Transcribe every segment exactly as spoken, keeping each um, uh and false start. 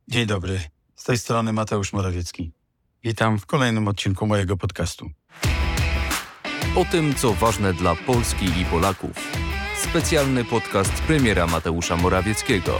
Dzień dobry, z tej strony Mateusz Morawiecki. Witam w kolejnym odcinku mojego podcastu. O tym, co ważne dla Polski i Polaków. Specjalny podcast premiera Mateusza Morawieckiego.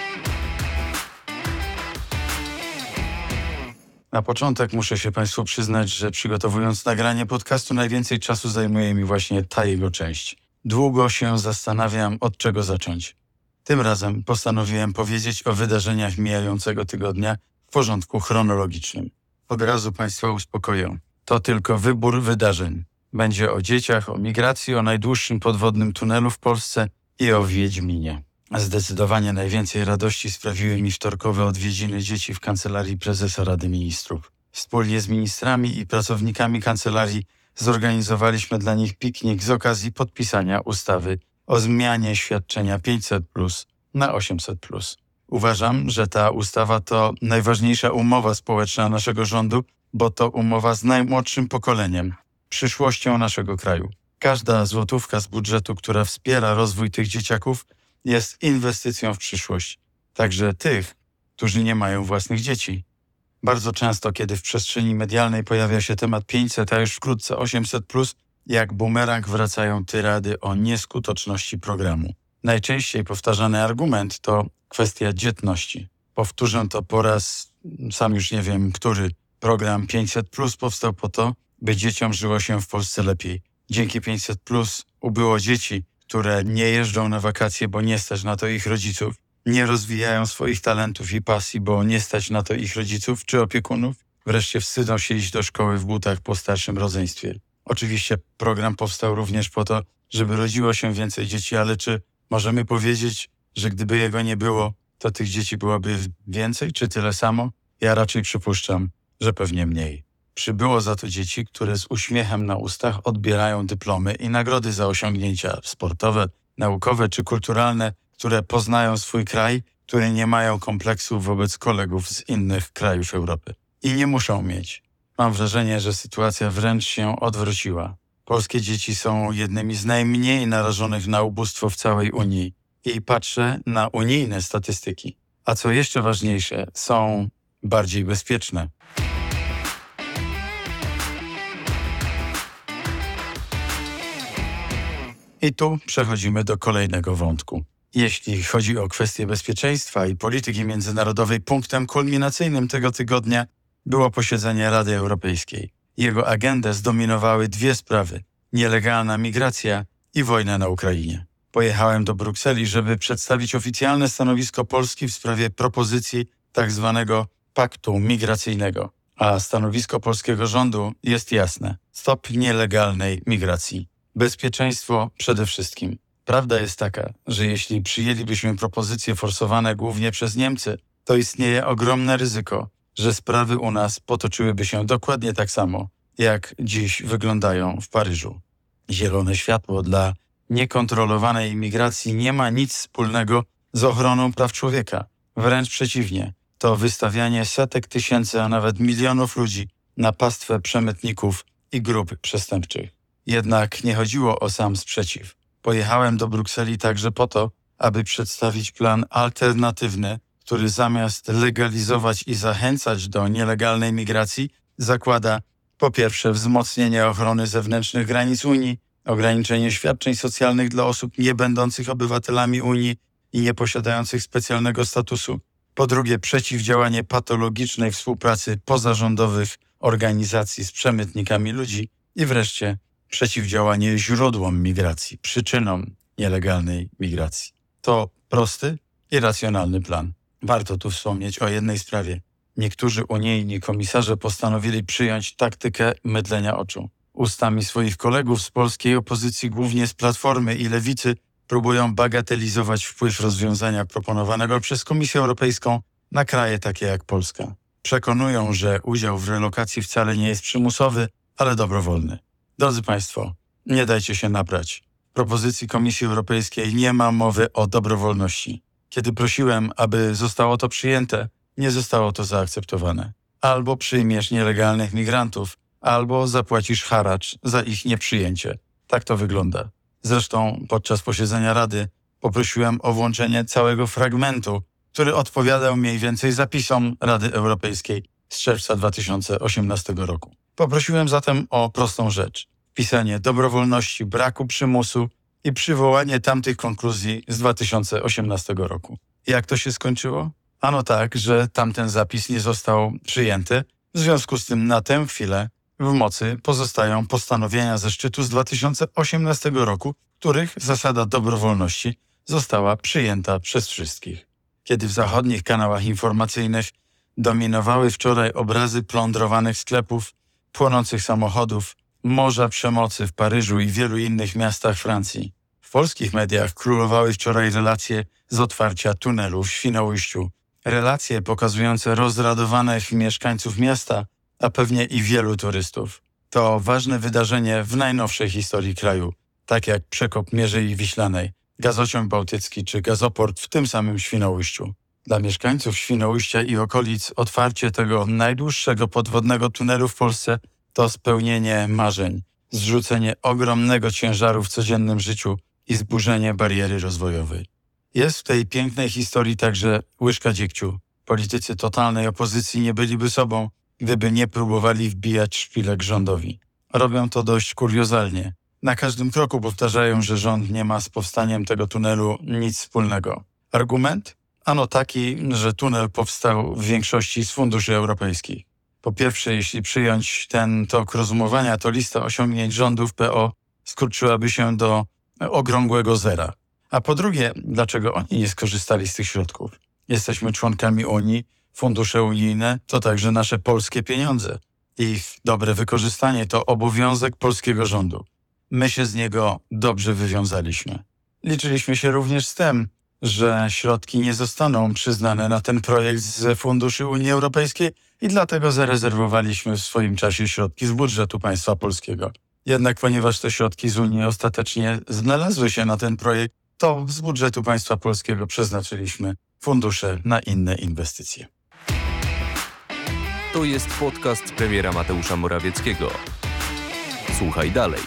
Na początek muszę się Państwu przyznać, że przygotowując nagranie podcastu najwięcej czasu zajmuje mi właśnie ta jego część. Długo się zastanawiam, od czego zacząć. Tym razem postanowiłem powiedzieć o wydarzeniach mijającego tygodnia w porządku chronologicznym. Od razu Państwa uspokoję. To tylko wybór wydarzeń. Będzie o dzieciach, o migracji, o najdłuższym podwodnym tunelu w Polsce i o Wiedźminie. Zdecydowanie najwięcej radości sprawiły mi wtorkowe odwiedziny dzieci w Kancelarii Prezesa Rady Ministrów. Wspólnie z ministrami i pracownikami kancelarii zorganizowaliśmy dla nich piknik z okazji podpisania ustawy o zmianie świadczenia pięćset plus na osiemset plus. Uważam, że ta ustawa to najważniejsza umowa społeczna naszego rządu, bo to umowa z najmłodszym pokoleniem, przyszłością naszego kraju. Każda złotówka z budżetu, która wspiera rozwój tych dzieciaków, jest inwestycją w przyszłość. Także tych, którzy nie mają własnych dzieci. Bardzo często, kiedy w przestrzeni medialnej pojawia się temat pięćset, a już wkrótce osiemset plus, jak bumerang wracają tyrady o nieskuteczności programu. Najczęściej powtarzany argument to kwestia dzietności. Powtórzę to po raz, sam już nie wiem, który. Program pięćset plus powstał po to, by dzieciom żyło się w Polsce lepiej. Dzięki pięćset plus ubyło dzieci, które nie jeżdżą na wakacje, bo nie stać na to ich rodziców, nie rozwijają swoich talentów i pasji, bo nie stać na to ich rodziców czy opiekunów, wreszcie wstydzą się iść do szkoły w butach po starszym rodzeństwie. Oczywiście program powstał również po to, żeby rodziło się więcej dzieci, ale czy możemy powiedzieć, że gdyby jego nie było, to tych dzieci byłoby więcej czy tyle samo? Ja raczej przypuszczam, że pewnie mniej. Przybyło za to dzieci, które z uśmiechem na ustach odbierają dyplomy i nagrody za osiągnięcia sportowe, naukowe czy kulturalne, które poznają swój kraj, które nie mają kompleksów wobec kolegów z innych krajów Europy. I nie muszą mieć. Mam wrażenie, że sytuacja wręcz się odwróciła. Polskie dzieci są jednymi z najmniej narażonych na ubóstwo w całej Unii. I patrzę na unijne statystyki. A co jeszcze ważniejsze, są bardziej bezpieczne. I tu przechodzimy do kolejnego wątku. Jeśli chodzi o kwestie bezpieczeństwa i polityki międzynarodowej, punktem kulminacyjnym tego tygodnia było posiedzenie Rady Europejskiej. Jego agendę zdominowały dwie sprawy: nielegalna migracja i wojna na Ukrainie. Pojechałem do Brukseli, żeby przedstawić oficjalne stanowisko Polski w sprawie propozycji tak zwanego paktu migracyjnego. A stanowisko polskiego rządu jest jasne. Stop nielegalnej migracji. Bezpieczeństwo przede wszystkim. Prawda jest taka, że jeśli przyjęlibyśmy propozycje forsowane głównie przez Niemcy, to istnieje ogromne ryzyko, że sprawy u nas potoczyłyby się dokładnie tak samo, jak dziś wyglądają w Paryżu. Zielone światło dla niekontrolowanej imigracji nie ma nic wspólnego z ochroną praw człowieka. Wręcz przeciwnie, to wystawianie setek tysięcy, a nawet milionów ludzi na pastwę przemytników i grup przestępczych. Jednak nie chodziło o sam sprzeciw. Pojechałem do Brukseli także po to, aby przedstawić plan alternatywny, który zamiast legalizować i zachęcać do nielegalnej migracji, zakłada po pierwsze wzmocnienie ochrony zewnętrznych granic Unii, ograniczenie świadczeń socjalnych dla osób nie będących obywatelami Unii i nie posiadających specjalnego statusu, po drugie przeciwdziałanie patologicznej współpracy pozarządowych organizacji z przemytnikami ludzi i wreszcie przeciwdziałanie źródłom migracji, przyczynom nielegalnej migracji. To prosty i racjonalny plan. Warto tu wspomnieć o jednej sprawie. Niektórzy unijni komisarze postanowili przyjąć taktykę mydlenia oczu. Ustami swoich kolegów z polskiej opozycji, głównie z Platformy i Lewicy, próbują bagatelizować wpływ rozwiązania proponowanego przez Komisję Europejską na kraje takie jak Polska. Przekonują, że udział w relokacji wcale nie jest przymusowy, ale dobrowolny. Drodzy Państwo, nie dajcie się nabrać. W propozycji Komisji Europejskiej nie ma mowy o dobrowolności. Kiedy prosiłem, aby zostało to przyjęte, nie zostało to zaakceptowane. Albo przyjmiesz nielegalnych migrantów, albo zapłacisz haracz za ich nieprzyjęcie. Tak to wygląda. Zresztą podczas posiedzenia Rady poprosiłem o włączenie całego fragmentu który odpowiadał mniej więcej zapisom Rady Europejskiej z czerwca dwa tysiące osiemnastego roku. Poprosiłem zatem o prostą rzecz. Wpisanie dobrowolności, braku przymusu i przywołanie tamtych konkluzji z dwa tysiące osiemnastego roku. Jak to się skończyło? Ano tak, że tamten zapis nie został przyjęty. W związku z tym na tę chwilę w mocy pozostają postanowienia ze szczytu z dwa tysiące osiemnastego roku, których zasada dobrowolności została przyjęta przez wszystkich. Kiedy w zachodnich kanałach informacyjnych dominowały wczoraj obrazy plądrowanych sklepów, płonących samochodów, morza przemocy w Paryżu i wielu innych miastach Francji, w polskich mediach królowały wczoraj relacje z otwarcia tunelu w Świnoujściu. Relacje pokazujące rozradowanych mieszkańców miasta, a pewnie i wielu turystów. To ważne wydarzenie w najnowszej historii kraju, tak jak przekop Mierzei Wiślanej, gazociąg bałtycki czy gazoport w tym samym Świnoujściu. Dla mieszkańców Świnoujścia i okolic otwarcie tego najdłuższego podwodnego tunelu w Polsce to spełnienie marzeń, zrzucenie ogromnego ciężaru w codziennym życiu i zburzenie bariery rozwojowej. Jest w tej pięknej historii także łyżka dziegciu. Politycy totalnej opozycji nie byliby sobą, gdyby nie próbowali wbijać szpilek rządowi. Robią to dość kuriozalnie. Na każdym kroku powtarzają, że rząd nie ma z powstaniem tego tunelu nic wspólnego. Argument? Ano taki, że tunel powstał w większości z funduszy europejskich. Po pierwsze, jeśli przyjąć ten tok rozumowania, to lista osiągnięć rządów P O skurczyłaby się do okrągłego zera. A po drugie, dlaczego oni nie skorzystali z tych środków? Jesteśmy członkami Unii, fundusze unijne to także nasze polskie pieniądze. Ich dobre wykorzystanie to obowiązek polskiego rządu. My się z niego dobrze wywiązaliśmy. Liczyliśmy się również z tym, że środki nie zostaną przyznane na ten projekt z funduszy Unii Europejskiej i dlatego zarezerwowaliśmy w swoim czasie środki z budżetu państwa polskiego. Jednak ponieważ te środki z Unii ostatecznie znalazły się na ten projekt, to z budżetu państwa polskiego przeznaczyliśmy fundusze na inne inwestycje. To jest podcast premiera Mateusza Morawieckiego. Słuchaj dalej.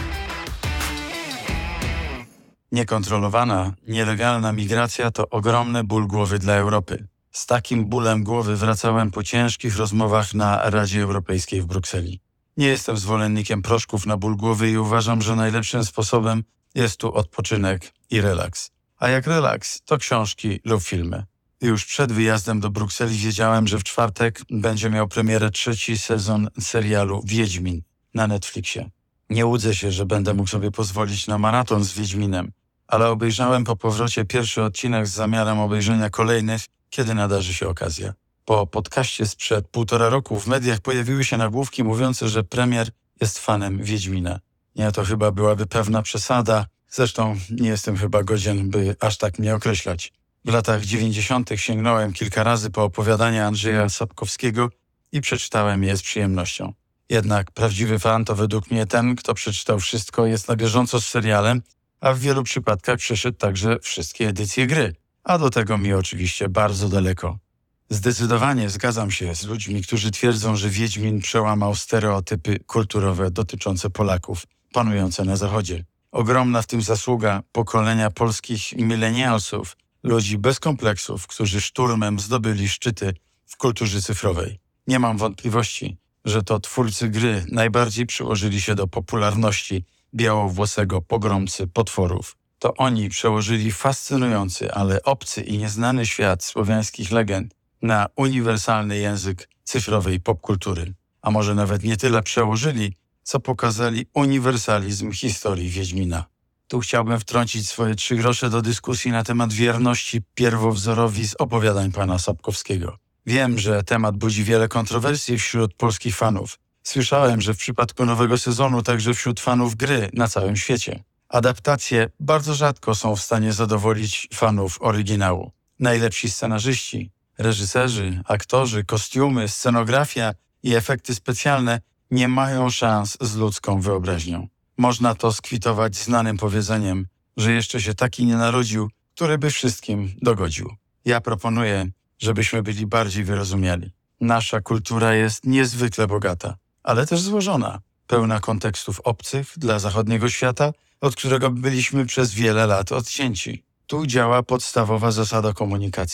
Niekontrolowana, nielegalna migracja to ogromny ból głowy dla Europy. Z takim bólem głowy wracałem po ciężkich rozmowach na Radzie Europejskiej w Brukseli. Nie jestem zwolennikiem proszków na ból głowy i uważam, że najlepszym sposobem jest tu odpoczynek i relaks. A jak relaks, to książki lub filmy. Już przed wyjazdem do Brukseli wiedziałem, że w czwartek będzie miał premierę trzeci sezon serialu Wiedźmin na Netflixie. Nie łudzę się, że będę mógł sobie pozwolić na maraton z Wiedźminem, ale obejrzałem po powrocie pierwszy odcinek z zamiarem obejrzenia kolejnych, kiedy nadarzy się okazja. Po podcaście sprzed półtora roku w mediach pojawiły się nagłówki mówiące, że premier jest fanem Wiedźmina. Nie, to chyba byłaby pewna przesada. Zresztą nie jestem chyba godzien, by aż tak mnie określać. W latach dziewięćdziesiątych sięgnąłem kilka razy po opowiadania Andrzeja Sapkowskiego i przeczytałem je z przyjemnością. Jednak prawdziwy fan to według mnie ten, kto przeczytał wszystko, jest na bieżąco z serialem, a w wielu przypadkach przeszedł także wszystkie edycje gry. A do tego mi oczywiście bardzo daleko. Zdecydowanie zgadzam się z ludźmi, którzy twierdzą, że Wiedźmin przełamał stereotypy kulturowe dotyczące Polaków panujące na Zachodzie. Ogromna w tym zasługa pokolenia polskich milenialsów, ludzi bez kompleksów, którzy szturmem zdobyli szczyty w kulturze cyfrowej. Nie mam wątpliwości, że to twórcy gry najbardziej przyłożyli się do popularności białowłosego pogromcy potworów. To oni przełożyli fascynujący, ale obcy i nieznany świat słowiańskich legend na uniwersalny język cyfrowej popkultury. A może nawet nie tyle przełożyli, co pokazali uniwersalizm historii Wiedźmina. Tu chciałbym wtrącić swoje trzy grosze do dyskusji na temat wierności pierwowzorowi z opowiadań pana Sapkowskiego. Wiem, że temat budzi wiele kontrowersji wśród polskich fanów. Słyszałem, że w przypadku nowego sezonu także wśród fanów gry na całym świecie. Adaptacje bardzo rzadko są w stanie zadowolić fanów oryginału. Najlepsi scenarzyści, reżyserzy, aktorzy, kostiumy, scenografia i efekty specjalne nie mają szans z ludzką wyobraźnią. Można to skwitować znanym powiedzeniem, że jeszcze się taki nie narodził, który by wszystkim dogodził. Ja proponuję, żebyśmy byli bardziej wyrozumiali. Nasza kultura jest niezwykle bogata, ale też złożona, pełna kontekstów obcych dla zachodniego świata, od którego byliśmy przez wiele lat odcięci. Tu działa podstawowa zasada komunikacji.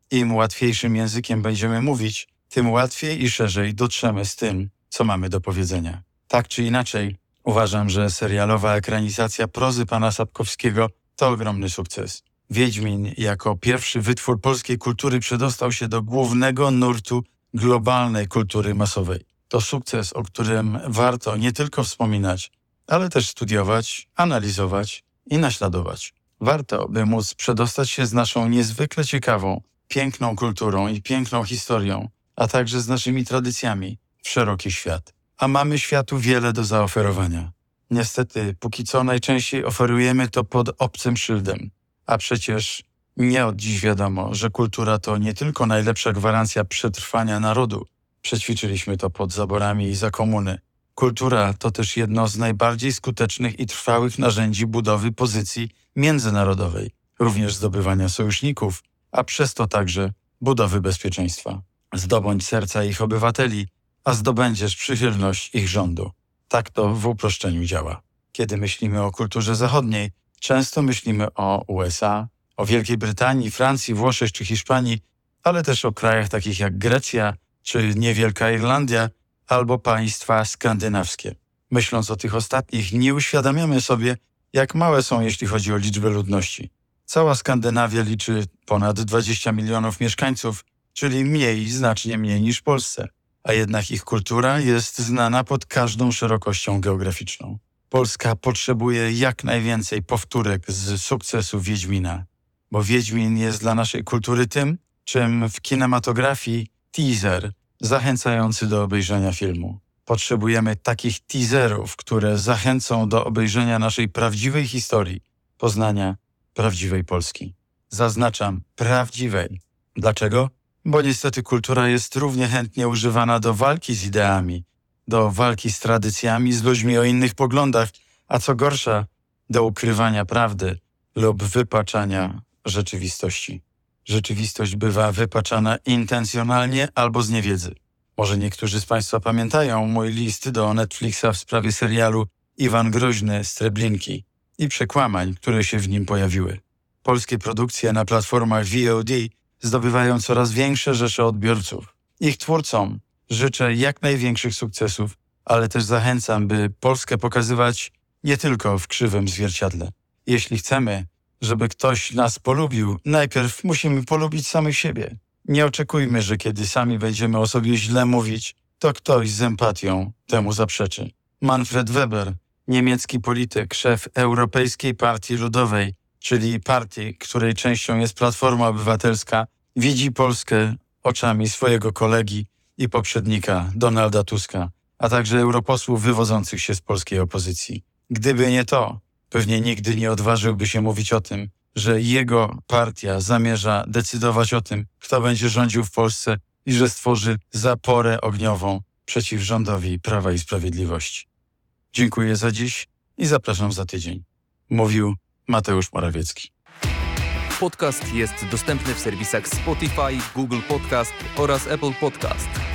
Im łatwiejszym językiem będziemy mówić, tym łatwiej i szerzej dotrzemy z tym, co mamy do powiedzenia. Tak czy inaczej, uważam, że serialowa ekranizacja prozy pana Sapkowskiego to ogromny sukces. Wiedźmin jako pierwszy wytwór polskiej kultury przedostał się do głównego nurtu globalnej kultury masowej. To sukces, o którym warto nie tylko wspominać, ale też studiować, analizować i naśladować. Warto, by móc przedostać się z naszą niezwykle ciekawą, piękną kulturą i piękną historią, a także z naszymi tradycjami w szeroki świat. A mamy światu wiele do zaoferowania. Niestety, póki co najczęściej oferujemy to pod obcym szyldem. A przecież nie od dziś wiadomo, że kultura to nie tylko najlepsza gwarancja przetrwania narodu. Przećwiczyliśmy to pod zaborami i za komuny. Kultura to też jedno z najbardziej skutecznych i trwałych narzędzi budowy pozycji międzynarodowej, również zdobywania sojuszników, a przez to także budowy bezpieczeństwa. Zdobądź serca ich obywateli, a zdobędziesz przychylność ich rządu. Tak to w uproszczeniu działa. Kiedy myślimy o kulturze zachodniej, często myślimy o U S A, o Wielkiej Brytanii, Francji, Włoszech czy Hiszpanii, ale też o krajach takich jak Grecja czy niewielka Irlandia albo państwa skandynawskie. Myśląc o tych ostatnich, nie uświadamiamy sobie, jak małe są, jeśli chodzi o liczbę ludności. Cała Skandynawia liczy ponad dwadzieścia milionów mieszkańców, czyli mniej, znacznie mniej niż w Polsce, a jednak ich kultura jest znana pod każdą szerokością geograficzną. Polska potrzebuje jak najwięcej powtórek z sukcesu Wiedźmina, bo Wiedźmin jest dla naszej kultury tym, czym w kinematografii teaser zachęcający do obejrzenia filmu. Potrzebujemy takich teaserów, które zachęcą do obejrzenia naszej prawdziwej historii, poznania prawdziwej Polski. Zaznaczam, prawdziwej. Dlaczego? Bo niestety kultura jest równie chętnie używana do walki z ideami, do walki z tradycjami, z ludźmi o innych poglądach, a co gorsza, do ukrywania prawdy lub wypaczania rzeczywistości. Rzeczywistość bywa wypaczana intencjonalnie albo z niewiedzy. Może niektórzy z Państwa pamiętają mój list do Netflixa w sprawie serialu Iwan Groźny z Treblinki i przekłamań, które się w nim pojawiły. Polskie produkcje na platformach V O D zdobywają coraz większe rzesze odbiorców. Ich twórcom życzę jak największych sukcesów, ale też zachęcam, by Polskę pokazywać nie tylko w krzywym zwierciadle. Jeśli chcemy, żeby ktoś nas polubił, najpierw musimy polubić samych siebie. Nie oczekujmy, że kiedy sami będziemy o sobie źle mówić, to ktoś z empatią temu zaprzeczy. Manfred Weber, niemiecki polityk, szef Europejskiej Partii Ludowej, czyli partii, której częścią jest Platforma Obywatelska, widzi Polskę oczami swojego kolegi i poprzednika Donalda Tuska, a także europosłów wywodzących się z polskiej opozycji. Gdyby nie to, pewnie nigdy nie odważyłby się mówić o tym, że jego partia zamierza decydować o tym, kto będzie rządził w Polsce i że stworzy zaporę ogniową przeciw rządowi Prawa i Sprawiedliwości. Dziękuję za dziś i zapraszam za tydzień. Mówił Mateusz Morawiecki. Podcast jest dostępny w serwisach Spotify, Google Podcast oraz Apple Podcast.